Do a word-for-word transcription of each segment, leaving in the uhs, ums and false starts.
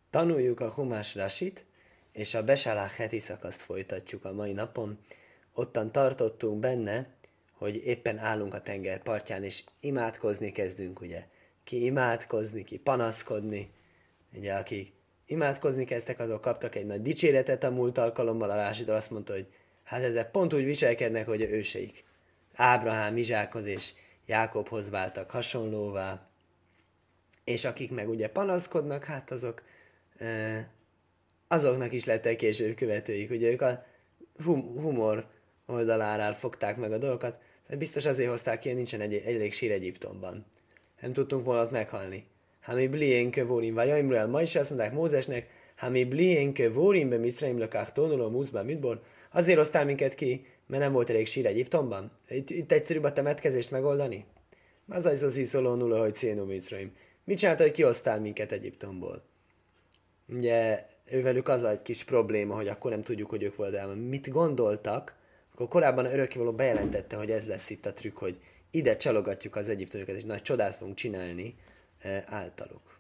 Tanuljuk a Humás Rasit, és a Besalach heti szakaszt folytatjuk a mai napon. Ottan tartottunk benne, hogy éppen állunk a tenger partján, és imádkozni kezdünk, ugye. Ki imádkozni, ki panaszkodni. Ugye, akik imádkozni kezdtek, azok kaptak egy nagy dicséretet a múlt alkalommal. A Rásidól azt mondta, hogy hát ezek pont úgy viselkednek, hogy a őseik. Ábrahám, Izsákhoz és Jákobhoz váltak hasonlóvá. És akik meg ugye panaszkodnak, hát azok azoknak is lettek később követőik. Ugye ők a hum- humor oldaláról fogták meg a dolgokat, tehát biztos azért hozták ki, hogy nincsen egy elég sír Egyiptomban. Nem tudtunk volna ott meghalni. Ha mi bliénke vorim, vagy Jaimrel, ma is azt mondták Mózesnek, ha mi bliénke vorim, be Miszraim lökák tónuló muszba mitbor, azért hoztál minket ki, mert nem volt elég sír Egyiptomban. Itt, itt egyszerűbb a temetkezést megoldani? Mazajszó sziszoló nulla, hogy cénó Miszraim. Mit csinálta, hogy kihoztál minket Egyiptomból? Ugye ővelük az egy kis probléma, hogy akkor nem tudjuk, hogy ők voltak. Mit gondoltak, akkor korábban a örökkévaló bejelentette, hogy ez lesz itt a trükk, hogy ide csalogatjuk az egyiptomokat, és nagy csodát fogunk csinálni e, általuk.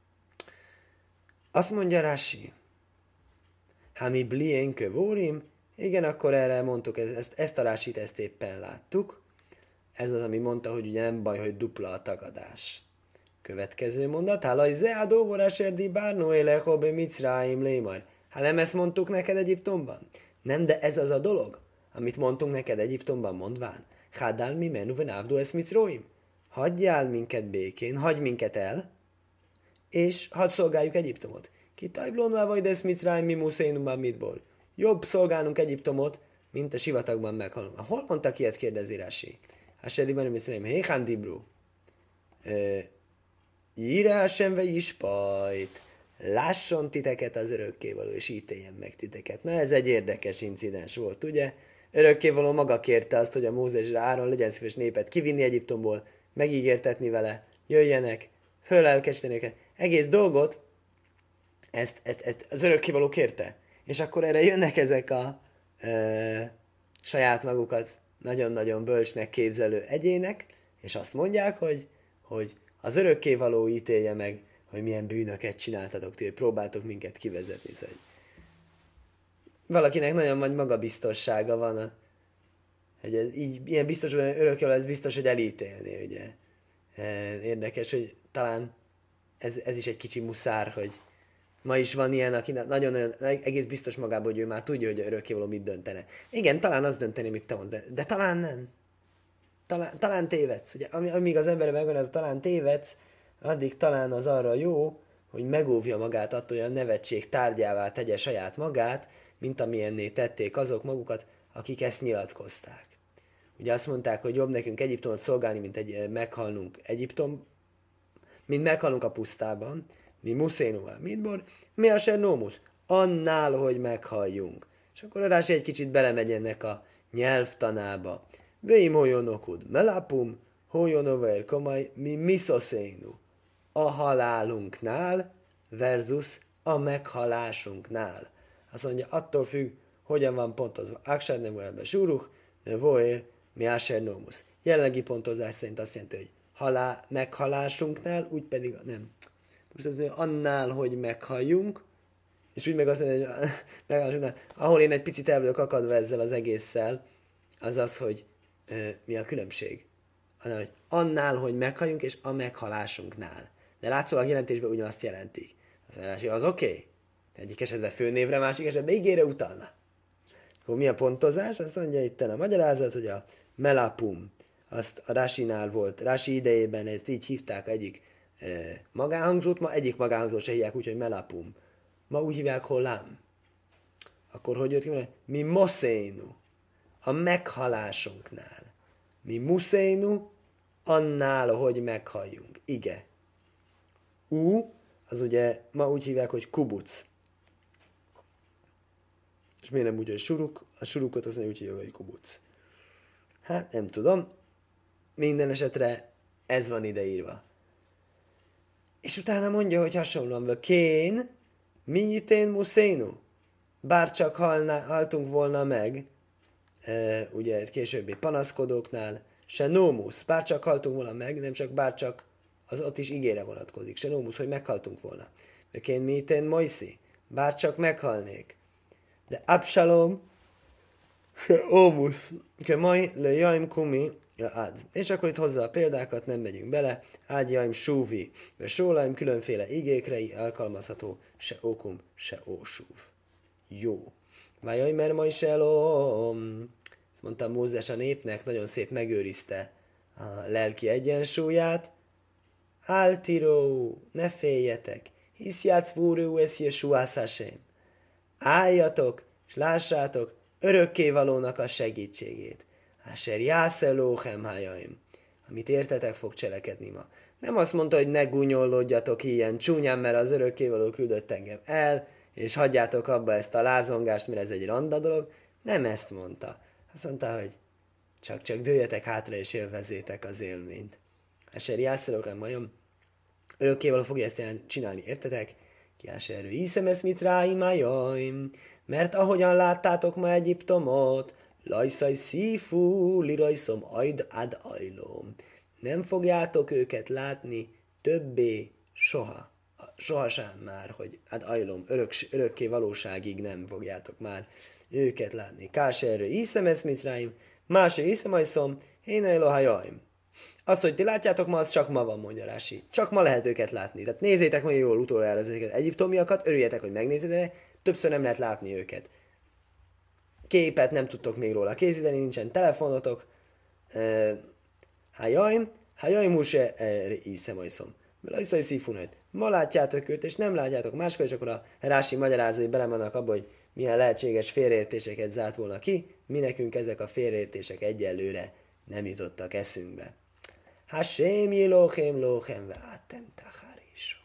Azt mondja Rashi, ha mi blien kövórim, igen, akkor erre mondtuk, ezt, ezt a Rasit ezt éppen láttuk. Ez az, ami mondta, hogy ugye nem baj, hogy dupla a tagadás. Következő mondat, hálaj zeádó vorásérdi bárnó éleho be micráim lémar. Hát nem ezt mondtuk neked Egyiptomban? Nem, de ez az a dolog, amit mondtunk neked Egyiptomban mondván. Hádál mi menu ven ávdó esz micróim? Hagyjál minket békén, hagyj minket el, és hadd szolgáljuk Egyiptomot. Ki tajblónvá vagy esz micráim mi muszénumban mitból? Jobb szolgálnunk Egyiptomot, mint a sivatagban meghalunk. Hol mondtak ilyet, kérdezi Rási? Hát se diben nem héhán dibru. Írásem vagy is pajt, lásson titeket az örökkévaló, és ítéljen meg titeket. Na, ez egy érdekes incidens volt, ugye? Örökkévaló maga kérte azt, hogy a Mózes és Áron legyen szíves népet kivinni Egyiptomból, megígértetni vele, jöjjenek, fölelkesíteni őket. Egész dolgot ezt, ezt, ezt az örökkévaló kérte. És akkor erre jönnek ezek a e, saját magukat nagyon-nagyon bölcsnek képzelő egyének, és azt mondják, hogy, hogy az örökkévaló ítélje meg, hogy milyen bűnöket csináltatok ti, hogy próbáltok minket kivezetni. Szóval valakinek nagyon nagy magabiztossága van, hogy ez így, ilyen biztos, hogy örökkévaló, ez biztos, hogy elítélni, ugye. Érdekes, hogy talán ez, ez is egy kicsi muszár, hogy ma is van ilyen, aki nagyon-nagyon egész biztos magában, hogy ő már tudja, hogy örökkévaló mit döntene. Igen, talán azt dönteni, mit te mondasz, de talán nem. Talán, talán tévedsz. Ugye, amíg az ember megvan, az talán tévedsz, addig talán az arra jó, hogy megóvja magát attól, hogy a nevetség tárgyává tegye saját magát, mint amilyenné tették azok magukat, akik ezt nyilatkozták. Ugye azt mondták, hogy jobb nekünk Egyiptomot szolgálni, mint egy, meghalnunk Egyiptom, mint meghalnunk a pusztában, mi muszénuvá mitbor, mi a sernómusz, annál, hogy meghalljunk. És akkor a Rási egy kicsit belemegy ennek a nyelvtanába. Veim holyonokud melapum, holyonover komaj, mi miszoszénu. A halálunknál versus a meghalásunknál. Azt mondja, attól függ, hogyan van pontozva. Aksad nem olyan besúruch, ne voér, mi áser nomusz. Jelenlegi pontozás szerint azt jelenti, hogy halá, meghalásunknál, úgy pedig nem. Most az annál, hogy meghalljunk, és úgy meg azt mondja, hogy meghalásunknál, ahol én egy picit el vagyok akadva ezzel az egésszel, az az, hogy e, mi a különbség. Hanem, hogy annál, hogy meghalljunk, és a meghalásunknál. De látszólag jelentésben ugyanazt jelentik. Az, az oké. Okay. Egyik esetben főnévre, másik esetben igére utalna. Akkor mi a pontozás? Azt mondja itt a magyarázat, hogy a melapum, azt a Rásinál volt, Rási idejében ezt így hívták egyik e, magánhangzót, ma egyik magánhangzót se hívják úgy, hogy melapum. Ma úgy hívják holám. Akkor hogy jött ki? Mi moszénu. A meghalásunknál. Mi muszénu, annál, hogy meghalljunk. Ige. U, az ugye ma úgy hívják, hogy kubuc. És miért nem úgy, hogy suruk? A surukot azt úgy hívják, hogy kubuc. Hát nem tudom. Minden esetre ez van ideírva. És utána mondja, hogy hasonlóan, kén, minyitén muszénu. Bár csak halná, haltunk volna meg, e, ugye későbbi panaszkodóknál, se nómusz, bár csak haltunk volna meg, nem csak bár csak, az ott is igére vonatkozik, se nómusz, hogy meghaltunk volna. Ökén mitén Mojszi, bárcsak meghalnék. De Absalom, se Ómusz, ke mai le jaim kumi, ja, ád. És akkor itt hozzá a példákat, nem megyünk bele. Ágyjaim súvi, mert sólaim különféle igékre alkalmazható, se ókum, se ósúv. Jó. Vájaj, mert ma is elom. Ezt mondta Mózes a népnek, nagyon szép megőrizte a lelki egyensúlyát. Áltiró, ne féljetek, hiszjátsz fúrú ez Jesuászásém. Álljatok, és lássátok örökkévalónak a segítségét. Áser jászelóhem hájaim, amit értetek fog cselekedni ma. Nem azt mondta, hogy ne gúnyolódjatok ilyen csúnyán, mert az örökkévaló küldött engem el, és hagyjátok abba ezt a lázongást, mert ez egy randa dolog. Nem ezt mondta. Azt mondta, hogy csak-csak dőljetek hátra, és élvezzétek az élményt. Áser jászelóhem hájaim, örökkévaló fogja ezt csinálni, értetek? Ki áserő hiszem ezt mit ráimájaim, mert ahogyan láttátok ma Egyiptomot, lajszaj szífú, lirajszom ajd ad ajlom. Nem fogjátok őket látni többé soha. Sohasem már, hogy ad ajlom, örök, örökké valóságig nem fogjátok már őket látni. Káserő hiszem ezt mit ráim, másra hiszem ajszom, én ajlohajaim. Az, hogy ti látjátok ma, az csak ma van, mondja Rási. Csak ma lehet őket látni. Tehát nézzétek meg jól utoljára ezeket egyiptomiakat, örüljetek, hogy megnézed, de többször nem lehet látni őket. Képet nem tudtok még róla készíteni, nincsen telefonotok. Hájaim, hájaim húse iszem ajszom. Lajszai szífunajt. Ma látjátok őt, és nem látjátok máskor, és akkor a Rási magyarázói belemennek abba, hogy milyen lehetséges félreértéseket zárt volna ki. Mi nekünk ezek a félreértések egyelőre nem jutottak eszünkbe. Hashem jilochem lochem ve'atem tacharison.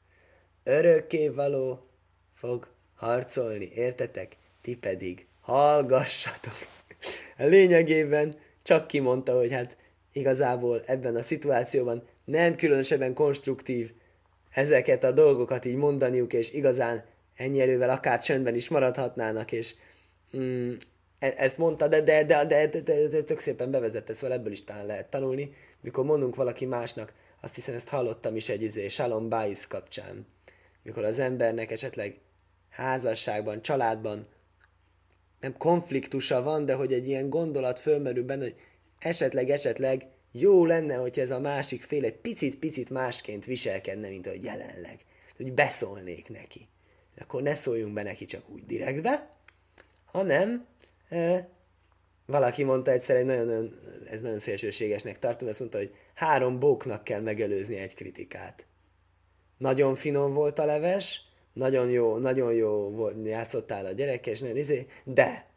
Örökkévaló fog harcolni, értetek? Ti pedig hallgassatok. A lényegében csak kimondta, hogy hát igazából ebben a szituációban nem különösebben konstruktív ezeket a dolgokat így mondaniuk, és igazán ennyi erővel akár csöndben is maradhatnának, és mm, ezt mondta, de, de, de, de, de, de, de tök szépen bevezette, szóval ebből is talán lehet tanulni. Mikor mondunk valaki másnak, azt hiszem ezt hallottam is egy izé, Shalom Bais kapcsán. Mikor az embernek esetleg házasságban, családban nem konfliktusa van, de hogy egy ilyen gondolat fölmerül benne, hogy esetleg, esetleg jó lenne, hogyha ez a másik fél egy picit-picit másként viselkedne, mint ahogy jelenleg. Hogy beszólnék neki. Akkor ne szóljunk be neki csak úgy direktbe, hanem e, valaki mondta egyszer, egy nagyon, ez nagyon szélsőségesnek tartom, ezt mondta, hogy három bóknak kell megelőzni egy kritikát. Nagyon finom volt a leves, nagyon jó, nagyon jó volt, játszottál a gyerekkel, és nagyon izé, de!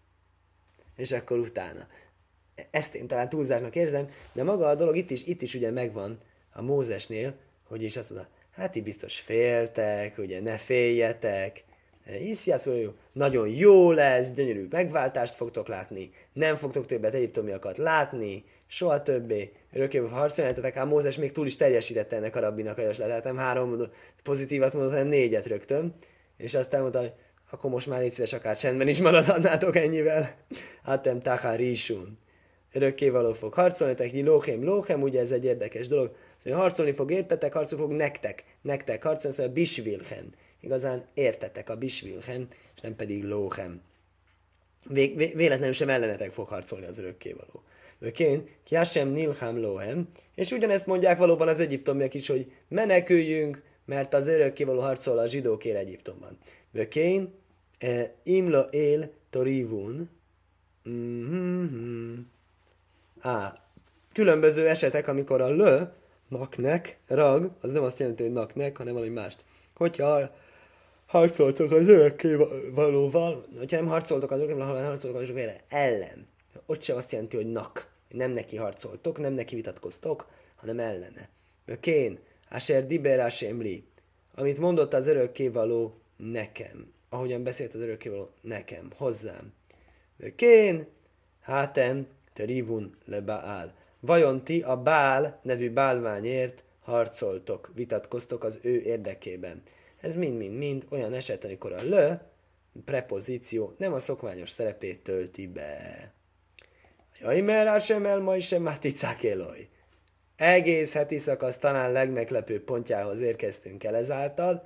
És akkor utána. Ezt én talán túlzásnak érzem, de maga a dolog itt is, itt is ugye megvan a Mózesnél, hogy is azt mondta, hát ti biztos féltek, ugye ne féljetek, hiszjátok, jó, nagyon jó lesz, gyönyörű megváltást fogtok látni, nem fogtok többet egyiptomiakat látni, soha többé, örökkévaló harcoljatok, hát Mózes még túl is teljesítette ennek a rabbinak a javaslatát, nem három pozitívat mondott, hanem négyet rögtön, és aztán mondta, hogy akkor most már légy szíves, akár csendben is maradhatnátok ennyivel. Hatem tacharisun. Örökkévaló fog harcolni, neki lóchem, lóchem, ugye ez egy érdekes dolog, szóval harcolni fog értetek, harcolni fog nektek, nektek harcolni, szóval bisvilchen. Igazán értetek a bisvilchen, és nem pedig lóchem. Vé- vé- véletlenül sem ellenetek fog harcolni az örökkévaló. Ökén, kiásem nilham lóhem, és ugyanezt mondják valóban az egyiptomiak is, hogy meneküljünk, mert az örökkévaló harcol a zsidókért Egyiptomban. Ökén, e, imla él torivun, mm-hmm. Á, különböző esetek, amikor a lö, naknek, rag, az nem azt jelenti, hogy naknek, hanem valami mást. Hogyha harcoltok az örökkévalóval, hogyha nem harcoltok az örökkévalóval, hanem harcoltok az örökkévalóval ellen. Ott sem azt jelenti, hogy nak, hogy nem neki harcoltok, nem neki vitatkoztok, hanem ellene. Kén, Asher Diber Hashemli, amit mondott az örökkévaló nekem, ahogyan beszélt az örökkévaló nekem, hozzám. Kén, hátem, te rivun le Baál. Vajon ti a Bál nevű bálványért harcoltok, vitatkoztok az ő érdekében. Ez mind-mind-mind olyan eset, amikor a lö, prepozíció nem a szokványos szerepét tölti be. Jaj, mert sem el ma is sem máticák éloj. Egész heti szakasz talán legmeglepőbb pontjához érkeztünk el ezáltal.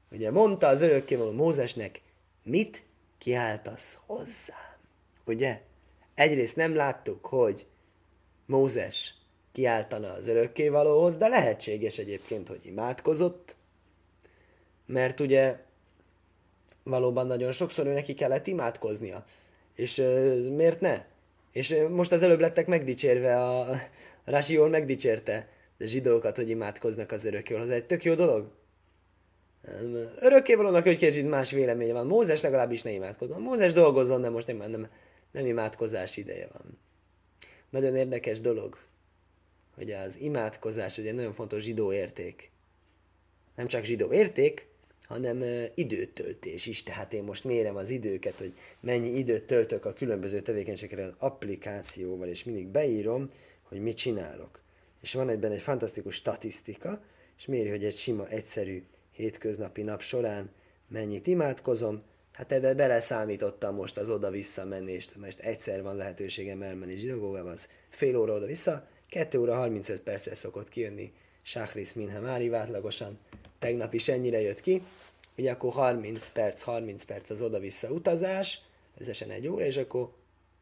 Ugye mondta az örökkévaló Mózesnek, mit kiáltasz hozzám? Ugye? Egyrészt nem láttuk, hogy Mózes kiáltana az örökkévalóhoz, de lehetséges egyébként, hogy imádkozott, mert ugye valóban nagyon sokszor ő neki kellett imádkoznia. És euh, miért ne? És euh, most az előbb lettek megdicsérve, a, a Rási jól megdicsérte a zsidókat, hogy imádkoznak az örökkévalóhoz. Ez egy tök jó dolog. Örökkévalónak egy kicsit más véleménye van. Mózes legalábbis ne imádkozzon. Mózes dolgozzon, de most nem, nem, nem imádkozás ideje van. Nagyon érdekes dolog, hogy az imádkozás ugye nagyon fontos zsidó érték. Nem csak zsidó érték, hanem uh, időtöltés is. Tehát én most mérem az időket, hogy mennyi időt töltök a különböző tevékenységekre az applikációval, és mindig beírom, hogy mit csinálok. És van egyben egy fantasztikus statisztika, és méri, hogy egy sima, egyszerű hétköznapi nap során mennyit imádkozom. Hát ebbe beleszámítottam most az oda-vissza menést, most egyszer van lehetőségem elmenni zsinagógába, az fél óra oda-vissza, kettő óra harmincöt percre szokott kijönni Sáchris Minha Máriv átlagosan. Tegnap is ennyire jött ki, ugye akkor harminc perc, harminc perc az oda-vissza utazás, összesen egy óra, és akkor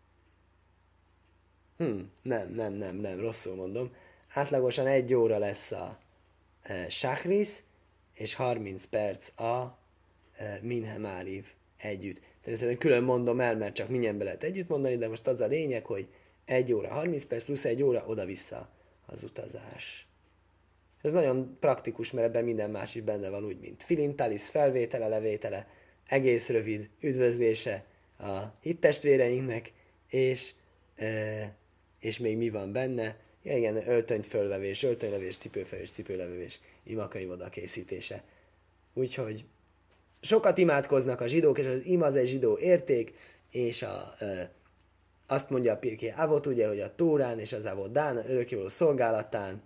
hm, nem, nem, nem, nem, rosszul mondom. Átlagosan egy óra lesz a e, Sáchris, és harminc perc a e, Minha Máriv együtt. Természetesen külön mondom el, mert csak mindjárt be lehet együtt mondani, de most az a lényeg, hogy egy óra harminc perc plusz egy óra oda-vissza az utazás. Ez nagyon praktikus, mert ebben minden más is benne van, úgy, mint Filintalis felvétele, levétele, egész rövid üdvözlése a hittestvéreinknek, és, e, és még mi van benne? Ja igen, öltönyt fölvevés, öltönylevés, cipőfelvés, cipőlevés, imakönyv oda készítése. Úgyhogy sokat imádkoznak a zsidók, és az ima az egy zsidó érték, és a, e, azt mondja a Pirkei Avot, ugye, hogy a Tórán és az Avodán, örökkévaló szolgálatán,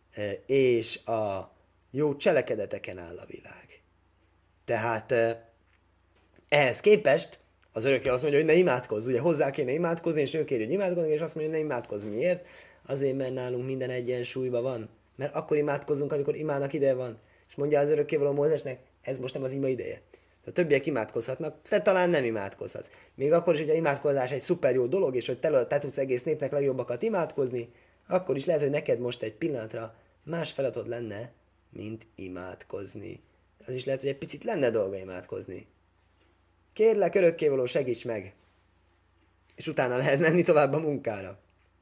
és a jó cselekedeteken áll a világ. Tehát ehhez képest az örökkévaló azt mondja, hogy ne imádkozz, ugye hozzá kéne imádkozni, és ő kéri, hogy imádkozni, és azt mondja, hogy ne imádkozz. Miért? Azért, mert nálunk minden egyensúlyban van. Mert akkor imádkozunk, amikor imának ideje van. És mondja az örökkévaló Mózesnek, ez most nem az ima ideje. A többiek imádkozhatnak, te talán nem imádkozhatsz. Még akkor is, hogy a imádkozás egy szuper jó dolog, és hogy te, te tudsz egész népnek legjobbakat imádkozni, akkor is lehet, hogy neked most egy pillanatra más feladatod lenne, mint imádkozni. Az is lehet, hogy egy picit lenne dolga imádkozni. Kérlek, örökkévaló, segíts meg! És utána lehet menni tovább a munkára.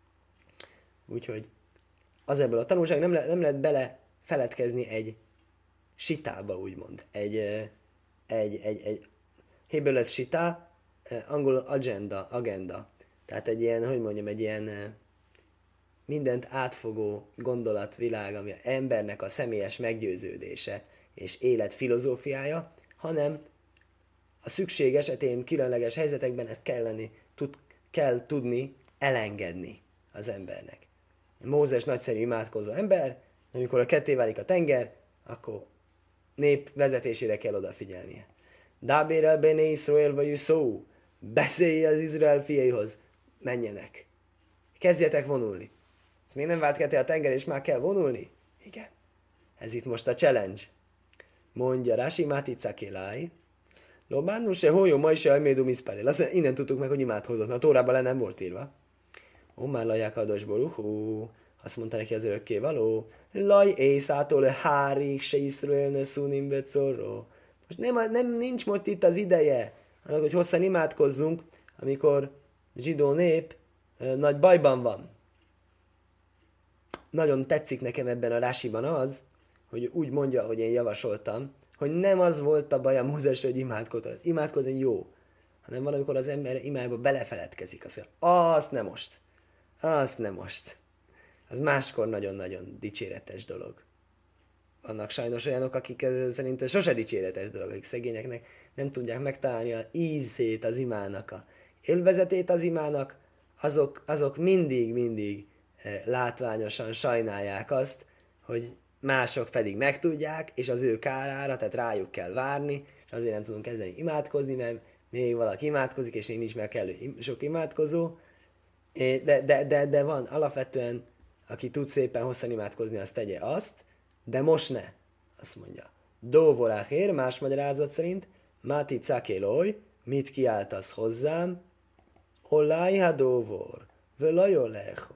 Úgyhogy az ebből a tanulság nem, le, nem lehet bele feledkezni egy sitába, úgymond. Egy, egy, egy, egy héberül ez sitá, angol agenda, agenda. Tehát egy ilyen, hogy mondjam, egy ilyen mindent átfogó gondolatvilág, ami az embernek a személyes meggyőződése és élet filozófiája, hanem a szükség esetén, különleges helyzetekben ezt kelleni, tud, kell tudni elengedni az embernek. Mózes nagyszerű imádkozó ember, amikor a ketté válik a tenger, akkor nép vezetésére kell odafigyelnie. Dábér el bene Israel vagy szó, beszélj az Izrael fiaihoz, menjenek. Kezdjetek vonulni. Ez még nem vált ketté a tenger, és már kell vonulni? Igen. Ez itt most a challenge. Mondja Rási Máti Cakéláj. Lobánu se hójó, ma is se ajmédum iszpálél. Azt mondja, innen tudtuk meg, hogy imádkozott, mert a Tórában le nem volt írva. Omár laják ados boruhú. Azt mondta neki az örökkévaló. Laj észától hárig se Iszraelne szunim becorró. Most nem, nem, nincs most itt az ideje, annak, hogy hosszan imádkozzunk, amikor a zsidó nép e, nagy bajban van. Nagyon tetszik nekem ebben a Rásiban az, hogy úgy mondja, hogy én javasoltam, hogy nem az volt a baj a Mózes, hogy imádkozott. Imádkozni jó, hanem valamikor az ember imájába belefeledkezik. Azt mondja, azt nem most. Azt nem most. Az máskor nagyon-nagyon dicséretes dolog. Vannak sajnos olyanok, akik szerint sose dicséretes dolog, akik szegényeknek nem tudják megtalálni a ízét az imának, a élvezetét az imának, azok, azok mindig-mindig látványosan sajnálják azt, hogy mások pedig megtudják, és az ő kárára, tehát rájuk kell várni, és azért nem tudunk kezdeni imádkozni, mert még valaki imádkozik, és én nincs meg kellő sok imádkozó, de, de, de, de van alapvetően, aki tud szépen hosszan imádkozni, azt tegye azt, de most ne, azt mondja. Dóvoráhér, más magyarázat szerint, Máti Cakéloj, mit kiáltasz hozzám? Olaj ha dóvor, völajolecho.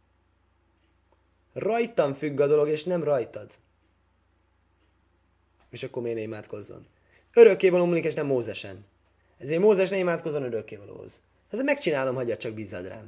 Rajtam függ a dolog, és nem rajtad. És akkor miért ne imádkozzon? Örökkévaló múlik, és nem Mózesen. Ezért Mózes ne imádkozzon örökkévalóhoz. Ezért megcsinálom, hagyjad, csak bízzad rám.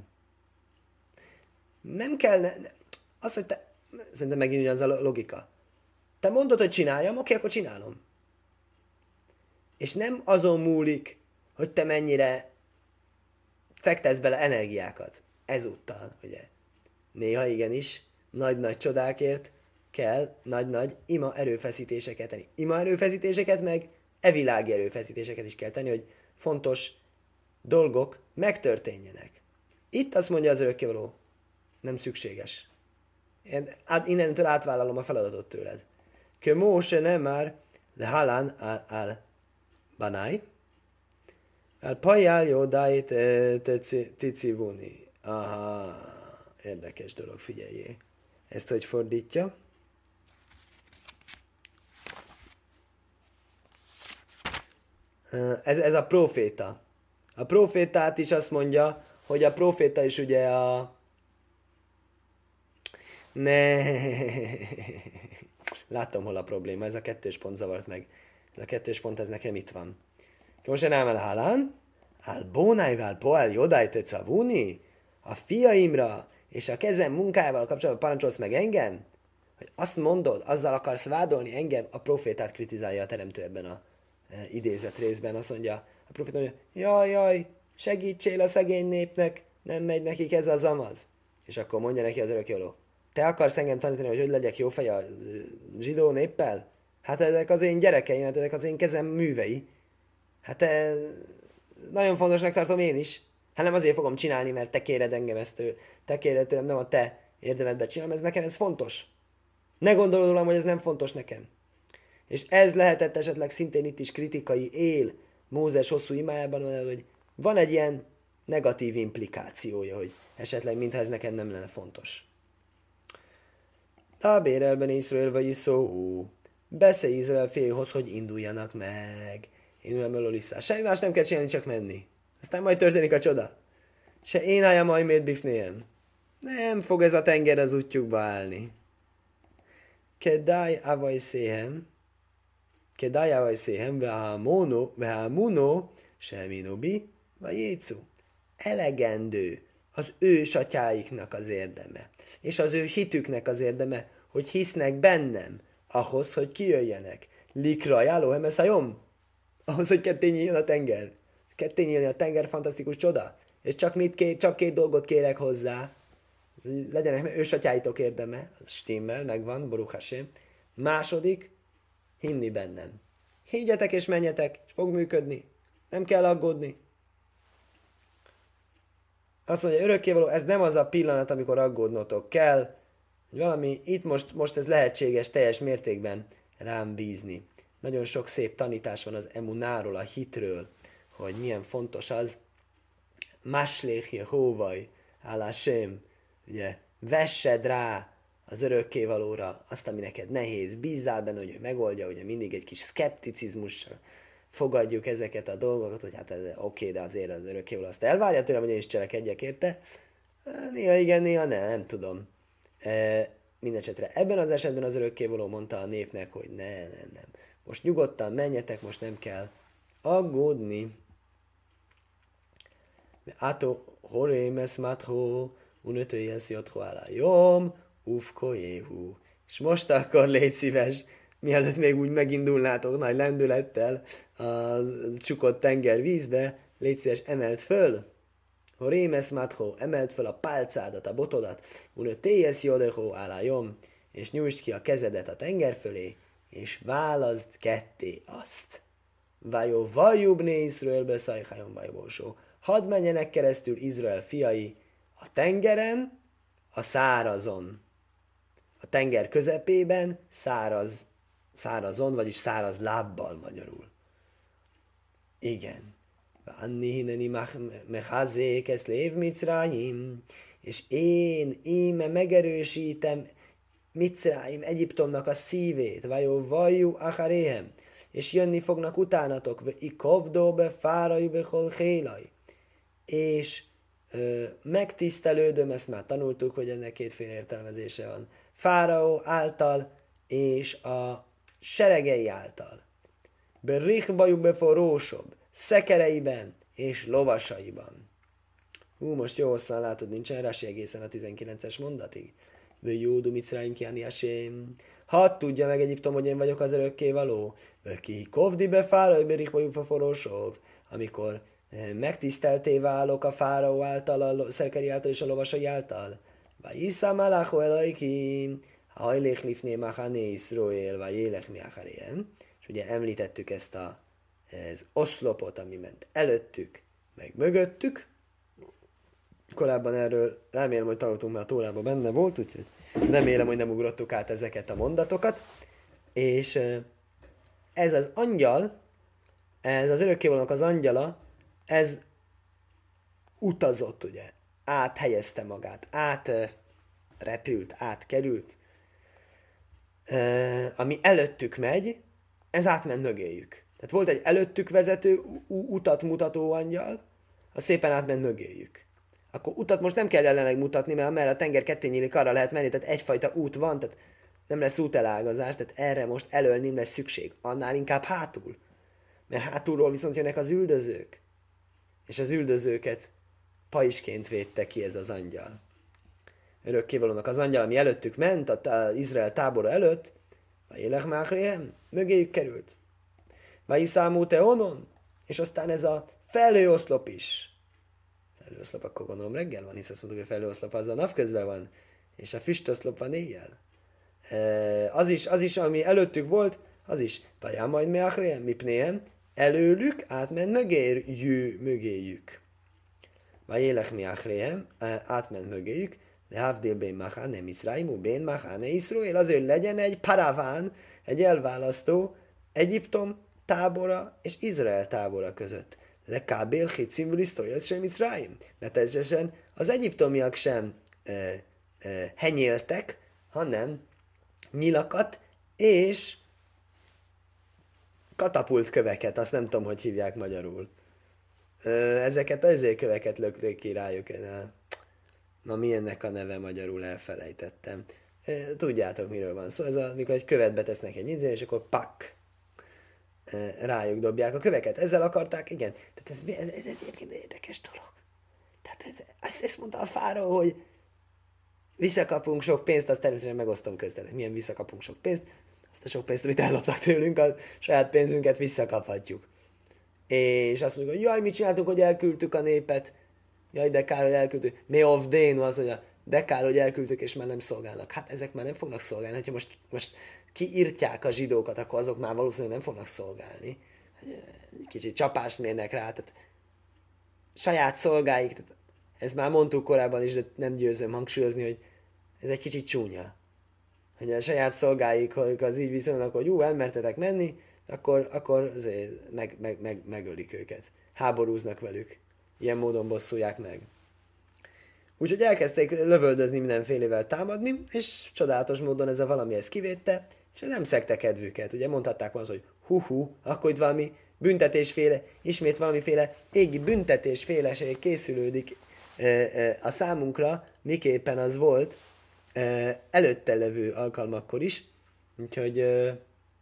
Nem kell, ne, ne. Az, hogy te, szerintem megint ugyanaz a logika. Te mondod, hogy csináljam, oké, akkor csinálom. És nem azon múlik, hogy te mennyire fektesz bele energiákat. Ezúttal, ugye. Néha igenis, nagy-nagy csodákért kell nagy-nagy ima erőfeszítéseket tenni. Ima erőfeszítéseket meg evilági erőfeszítéseket is kell tenni, hogy fontos dolgok megtörténjenek. Itt azt mondja az örökkévaló, nem szükséges. Én át, innentől átvállalom a feladatot tőled. Kö Móse nem már le halán al banai, al pajjal jodáit ticivuni. Aha, érdekes dolog, figyeljé. Ezt hogy fordítja? Ez, ez a proféta. A profétát is azt mondja, hogy a proféta is ugye a... Ne. Látom, hol a probléma. Ez a kettős pont zavart meg. Ez a kettős pont, ez nekem itt van. Most nem el hálán? Al bónájvál poál jodájt cavuni? A fiaimra és a kezem munkájával kapcsolatban parancsolsz meg engem? Hogy azt mondod, azzal akarsz vádolni engem? A profétát kritizálja a teremtő ebben a e, idézet részben. Azt mondja, a proféta mondja, jaj, jaj, segítsél a szegény népnek, nem megy nekik ez az amaz. És akkor mondja neki az örökkévaló, te akarsz engem tanítani, hogy hogy legyek jó fej a zsidó néppel? Hát ezek az én gyerekeim, hát ezek az én kezem művei. Hát ez nagyon fontosnak tartom én is. Hát nem azért fogom csinálni, mert te kéred engem ezt, te kéred tőlem, nem a te érdemedbe csinálom, ez nekem ez fontos. Ne gondolod rólam, hogy ez nem fontos nekem. És ez lehetett esetleg szintén itt is kritikai él Mózes hosszú imájában, hogy van egy ilyen negatív implikációja, hogy esetleg mintha ez nekem nem lenne fontos. Tábérelben Izrael vagy szó. Beszélj Izrael fiaihoz, hogy induljanak meg. Induljanak vissza. Semmi más nem kell csinálni, csak menni. Aztán majd történik a csoda. Se én álljam majd mét bifnéjem. Nem fog ez a tenger az útjukba állni. Kedai avaj széhem. Kedai avaj széhem. Vehámono, vehámuno, seminobi, vagy jécu. Elegendő az ő satyáiknak az érdeme. És az ő hitüknek az érdeme, hogy hisznek bennem, ahhoz, hogy kijöjjenek. Likra jáló emeszajom. Ahhoz, hogy ketté nyíljon a tenger. Ketté nyíljon a tenger, fantasztikus csoda. És csak, mit kér, csak két dolgot kérek hozzá. Legyenek ősatyáitok érdeme. Stimmel, megvan, Baruch Hashem. Második, hinni bennem. Higgyetek és menjetek, és fog működni. Nem kell aggódni. Azt mondja, örökkévaló, ez nem az a pillanat, amikor aggódnotok kell, hogy valami itt most, most ez lehetséges teljes mértékben rám bízni. Nagyon sok szép tanítás van az emunáról, a hitről, hogy milyen fontos az. Masléch Jehovaj, Álásém, ugye, vessed rá az örökkévalóra azt, ami neked nehéz, bízzál benne, hogy ő megoldja, ugye mindig egy kis szkepticizmussal fogadjuk ezeket a dolgokat, hogy hát ez oké, okay, de azért az örökkévaló azt elvárja tőlem, hogy én is cselekedjek érte. Néha igen, néha nem, nem tudom. E, Mindenesetre ebben az esetben az örökkévaló mondta a népnek, hogy ne, nem, nem. Most nyugodtan menjetek, most nem kell aggódni. Ato horémes matho, unötöjesz jotho alá jom, ufko jéhu. És most akkor légy szíves, mielőtt még úgy megindulnátok nagy lendülettel a csukott tenger vízbe, légy szíves, emeld föl, horémes matho, emeld föl a pálcádat, a botodat, unötöjesz jodeho alá jom, és nyújtsd ki a kezedet a tenger fölé, és válaszd ketté azt. Vajó vajubné Izraelbe szajhájon vajbósó. Hadd menjenek keresztül Izrael fiai a tengeren, a szárazon. A tenger közepében száraz, szárazon, vagyis száraz lábbal magyarul. Igen. Vanni hineni mechazék esz lév micráim, és én íme megerősítem Micráim, Egyiptomnak a szívét, vajó vajú acharéhem, és jönni fognak utánatok, ve ikobdó be fárajú ve holhélaj, és ö, megtisztelődöm, ezt már tanultuk, hogy ennek kétféle értelmezése van, Fáraó által és a seregei által. Be richbajú be forrósobb, szekereiben és lovasaiban. Hú, most jó hosszan látod, nincsen rási egészen a tizenkilences mondatig. Ve jódu Micráim kiáni asém. Hadd tudja meg Egyiptom, hogy én vagyok az örökké való. Ve ki kovdi be fáraó, be richbajú be forrósobb. Amikor megtisztelté válok a fáraó által, a szerkeri által és a lovasai által. Vajisza malacho elaikim, hajlék lifné machane Iszroél, vagy élek mi achariem. És ugye említettük ezt a, az oszlopot, ami ment előttük, meg mögöttük. Korábban erről remélem, hogy tanultunk, mert a Tórában benne volt, úgyhogy remélem, hogy nem ugrottuk át ezeket a mondatokat. És ez az angyal, ez az örökkévalónak az angyala, ez utazott, ugye, áthelyezte magát, átrepült, átkerült, ami előttük megy, ez átment mögéjük. Tehát volt egy előttük vezető, utat mutató angyal, az szépen átment mögéjük. Akkor utat most nem kell jelenleg mutatni, mert amerre a tenger ketté nyílik, arra lehet menni, tehát egyfajta út van, tehát nem lesz útelágazás, tehát erre most elől nem lesz szükség. Annál inkább hátul. Mert hátulról viszont jönnek az üldözők. És az üldözőket pajisként védte ki ez az angyal. Örökkévalónak az angyal, ami előttük ment, az Izrael tábora előtt, vagy élek mákréhem, mögéjük került. Vagy iszámú te onon, és aztán ez a felhőoszlop is. Felhőoszlop, akkor gondolom reggel van, hisz azt mondjuk, hogy felhőoszlop az a napközben van, és a füstoszlop van éjjel. Az is, az is, ami előttük volt, az is. Vajá majd meachréhem, mipnéhem, előlük átment mögéjük, mögéjük. Vagy élek miachréhem, átment mögéjük, de hávdél bén machane Mizraimú, bén machane Iszroél, azért legyen egy paraván, egy elválasztó Egyiptom tábora és Izrael tábora között. Le kábél hitszimvül isztória sem Mizraim. Mert természetesen az egyiptomiak sem e, e, henyéltek, hanem nyilakat és katapult köveket, azt nem tudom, hogy hívják magyarul. Ezeket az köveket lökték ki rájuk. Na, mi ennek a neve magyarul, elfelejtettem. Tudjátok, miről van szó. Ez amikor egy követ betesznek egy nyízén, és akkor pak, rájuk dobják a köveket. Ezzel akarták, igen. Tehát ez, ez, ez, ez egyébként érdekes dolog. Tehát ez, ezt, ezt mondta a fáraó, hogy visszakapunk sok pénzt, azt természetesen megosztom köztetek. Milyen visszakapunk sok pénzt? Azt a sok pénzt, amit elloptak tőlünk, a saját pénzünket visszakaphatjuk. És azt mondjuk, hogy jaj, mit csináltunk, hogy elküldtük a népet? Jaj, de kár, hogy elküldtük. Me of Dénu az, hogy de kár, hogy elküldtük, és már nem szolgálnak. Hát ezek már nem fognak szolgálni. Ha most, most kiírtják a zsidókat, akkor azok már valószínűleg nem fognak szolgálni. Kicsit csapást mérnek rá. Tehát saját szolgáik, tehát ezt már mondtuk korábban is, de nem győzöm hangsúlyozni, hogy ez egy kicsit csúnya. Hogy a saját szolgáik, hogy az így viszonylag, hogy ú, elmertetek menni, akkor, akkor azért meg, meg, meg, megölik őket. Háborúznak velük. Ilyen módon bosszulják meg. Úgyhogy elkezdték lövöldözni, mindenfélevel támadni, és csodálatos módon ez a valami ezt kivédte, és nem szegte kedvüket. Ugye mondhatták volna, hogy hú-hú, akkor itt valami büntetésféle, ismét valamiféle égi büntetésféleség készülődik e, e, a számunkra, miképpen az volt e, előtte levő alkalmakkor is. Úgyhogy e,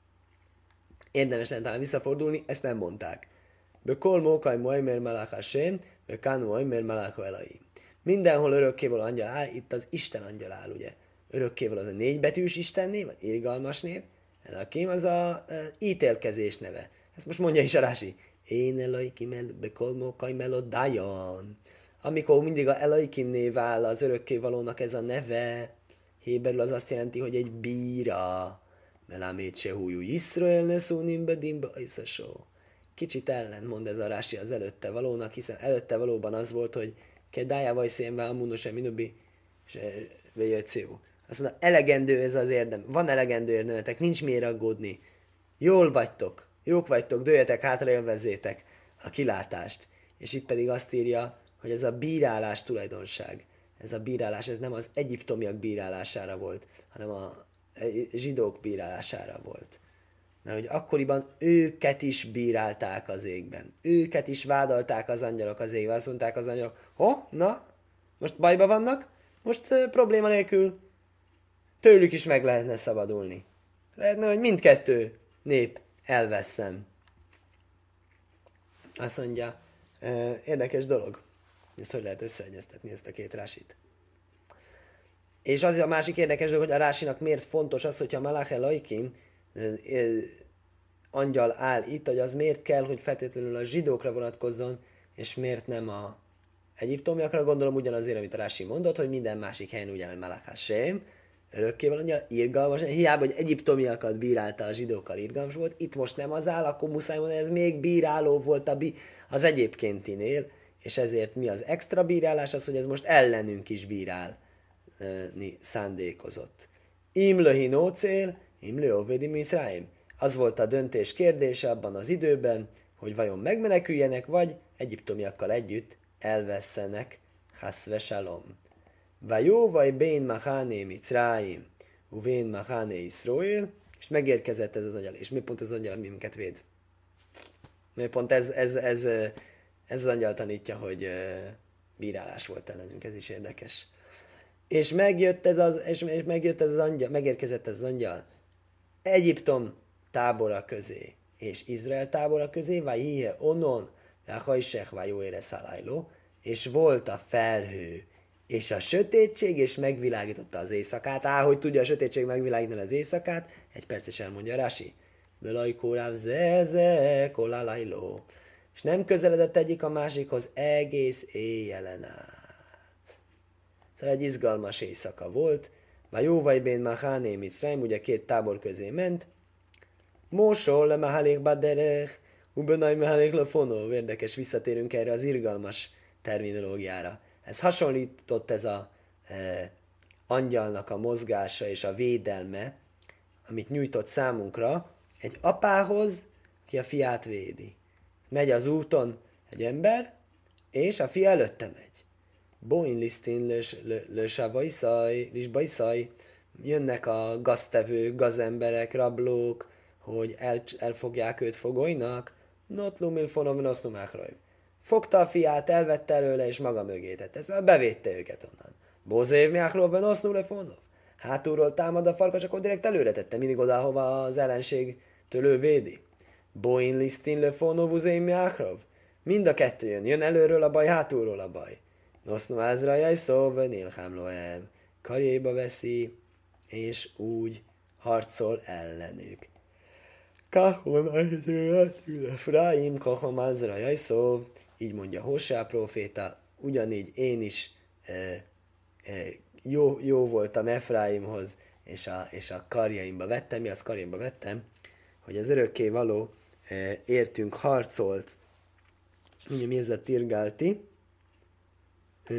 érdemes lenne talán visszafordulni, ezt nem mondták. Bekol mókaj moimer malach hashem, bekán moimer malach elai. Mindenhol örökkévaló angyal áll, itt az Isten angyal áll, ugye. Örökkévaló az a négybetűs Isten név, vagy irgalmas név. Elakim az a, a ítélkezés neve. Ezt most mondja is a Rási. Én elaikim bekol mókaj melodajon. Amikor mindig a Elaikim név áll az örökkévalónak ez a neve, héberül az azt jelenti, hogy egy bíra. Melámét se hújú Iszrael ne szónim bedimba iszasó. Kicsit ellentmond ez a Rási az előtte valónak, hiszen előtte valóban az volt, hogy kedája vagy szénbe amuno se minubi se véjöjtszéú. Azt mondja, elegendő ez az érdem, van elegendő érdemetek, nincs miért aggódni. Jól vagytok, jók vagytok, dőjetek hátra, élvezzétek a kilátást. És itt pedig azt írja, hogy ez a bírálás tulajdonság. ez a bírálás, ez nem az egyiptomiak bírálására volt, hanem a zsidók bírálására volt. Mert hogy akkoriban őket is bírálták az égben. Őket is vádolták az angyalok az égben. Azt mondták az angyalok, ho, na, most bajba vannak, most uh, probléma nélkül tőlük is meg lehetne szabadulni. Lehetne, hogy mindkettő nép elveszem. Azt mondja, uh, érdekes dolog. Ezt hogy lehet összeegyeztetni, ezt a két rásit. És az a másik érdekes dolog, hogy a rásinak miért fontos az, hogyha Malach Elaikim angyal áll itt, hogy az miért kell, hogy feltétlenül a zsidókra vonatkozzon, és miért nem a egyiptomiakra. Gondolom ugyanazért, amit a Rási mondott, hogy minden másik helyen ugyanaz Malach Hashem, örökkéval angyal, irgalmas, hiába, hogy egyiptomiakat bírálta a zsidókkal, irgalmas volt, itt most nem az áll, akkor muszáj mondani, ez még bíráló volt a bí- az egyébkéntinél, és ezért mi az extra bírálás, az, hogy ez most ellenünk is bírálni szándékozott. Imlöhi nócél, imlő óvédi Miszráim. Az volt a döntés kérdése abban az időben, hogy vajon megmeneküljenek, vagy egyiptomiakkal együtt elvesszenek. Haszve salom. Vajó vaj bén maháné Miszráim, uvén maháné Iszrael, és megérkezett ez az angyal. És mi pont ez az angyal, ami minket véd? Mi pont ez, ez, ez, ez, ez az angyal tanítja, hogy bírálás volt ellenünk, ez is érdekes. És megjött ez az, és megjött ez az angyal, megérkezett ez az angyal Egyiptom tábora közé, és Izrael tábora közé, vagy hihe onon, hajsech vagy jó ére szalajló, és volt a felhő, és a sötétség, és megvilágította az éjszakát. Á, hogy tudja a sötétség megvilágítani az éjszakát? Egy perces elmondja Rási. Belajkóráv zeze kolálajló. És nem közeledett egyik a másikhoz egész éjjelen át. Szóval egy izgalmas éjszaka volt. Már jó vagy bén Maháné Miszráim, ugye két tábor közé ment. Mósol le Mahálék Baderech, Ubenaj Mahálék Lefonov. Érdekes, visszatérünk erre az irgalmas terminológiára. Ez hasonlított ez a e, angyalnak a mozgása és a védelme, amit nyújtott számunkra egy apához, aki a fiát védi. Megy az úton egy ember, és a fia előtte megy. Boin lisztin lösavajszaj, lisbajszaj, jönnek a gaztevők, gazemberek, rablók, hogy el, elfogják őt fogolynak, notlumil fonom nosznumákraj. Fogta a fiát, elvette előle, és maga mögé tette. Szóval bevédte őket onnan. Bózév miákról van osznulefonov. fonov. Hátulról támad a farkas, akkor direkt előre tette, mindig oda, hova az ellenségtől ő védi. Boin lisztin lefonov uzém miákrov. Mind a kettő jön. Jön előről a baj, hátulról a baj. Nosznu ázrajaj szóv, nilhám loem. Karjéba veszi, és úgy harcol ellenük. Kahon Efraim, kahom ázrajaj szóv. Így mondja Hóseá próféta, ugyanígy én is e, e, jó, jó voltam Efraimhoz, és a, és a karjaimba vettem. Mi az karjaimba vettem? Hogy az örökké való e, értünk harcolt. Ugye mi ez a tirgálti? E,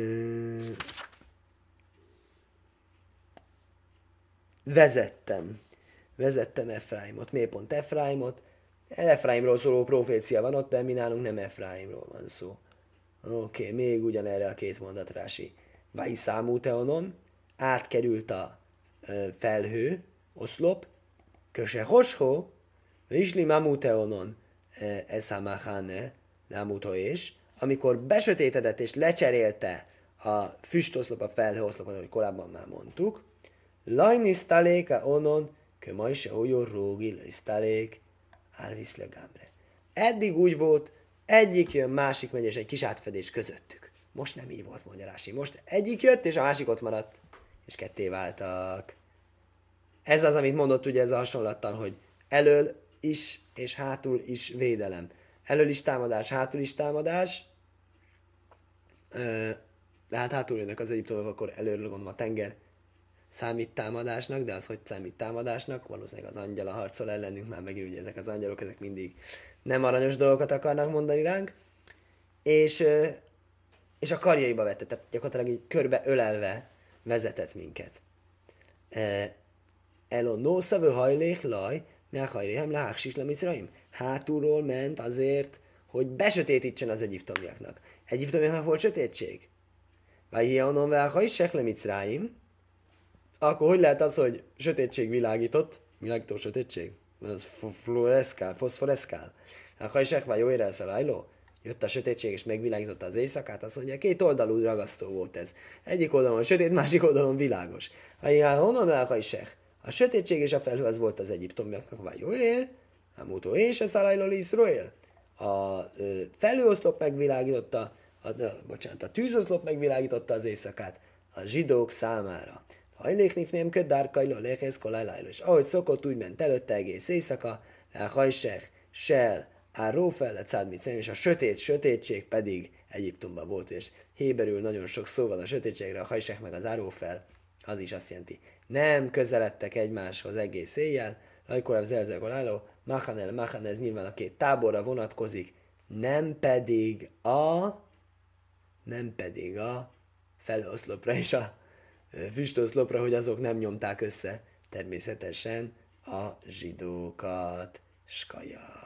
vezettem. Vezettem Efraimot. Miért pont Efraimot? Efraimról szóló profécia van ott, de mi nálunk nem Efraimról van szó. Oké, okay, még ugyanerre a két mondat Rási. Vai számú teonon, átkerült a ö, felhő, oszlop, köse hosho, isli mamú teonon, eszámáháne, lámútó és, amikor besötétedett és lecserélte a füstoszlop, a felhőoszlopot, ahogy korábban már mondtuk, lajnisztaléka onon, kömaj se olyó rógi lajnisztalék, árviszlegámre. Eddig úgy volt, egyik jön, másik megy, és egy kis átfedés közöttük. Most nem így volt, mondja Rási. Most egyik jött, és a másik ott maradt, és ketté váltak. Ez az, amit mondott ugye ez a hasonlattal, hogy elől is, és hátul is védelem. Elől is támadás, hátul is támadás. De hát hátul jönnek az egyiptomok, akkor előről gondolom a tenger számít támadásnak, de az hogy számít támadásnak? Valószínűleg az angyal a harcol ellenünk, már megint ugye ezek az angyalok, ezek mindig nem aranyos dolgokat akarnak mondani ránk. És, és a karjaiba vette, tehát gyakorlatilag így körbe ölelve vezetett minket. Elon nószavő hajlék laj, ne hajréhem láhsis lemiszraim. Hátulról ment azért, hogy besötétítsen az egyiptomiaknak. Egyiptomiaknak volt sötétség? Vagy hianon vel hajsek le Micráim, akkor hogy lehet az, hogy sötétség világított, világító sötétség? Az fluoreszkál, foszforeszkál. A hajsek vagy jó érez a jött a sötétség és megvilágította az éjszakát, azt mondja, két oldalú ragasztó volt ez. Egyik oldalon sötét, másik oldalon világos. Ha honnan el hajsek? A sötétség és a felhő az volt az egyiptomiaknak, vagy jó ér, a mutó és a szalajlól Iszroél. A felhőoszlop megvilágította, a, bocsánat, a tűzoszlop megvilágította az éjszakát a zsidók számára. Hajléknifném köddárkajló léhész kolajlájló. És ahogy szokott, úgy ment előtte egész éjszaka, a hajsek, sel, a rófel, a cádmicem, és a sötét sötétség pedig Egyiptomban volt, és héberül nagyon sok szó van a sötétségre, a hajsek meg az árófel, az is azt jelenti, nem közeledtek egymáshoz egész éjjel, amikor az elzekol álló, Machanel, Machanel, ez nyilván a két táborra vonatkozik, nem pedig a nem pedig a felhőoszlopra és a füstoszlopra, hogy azok nem nyomták össze természetesen a zsidókat. Skaja.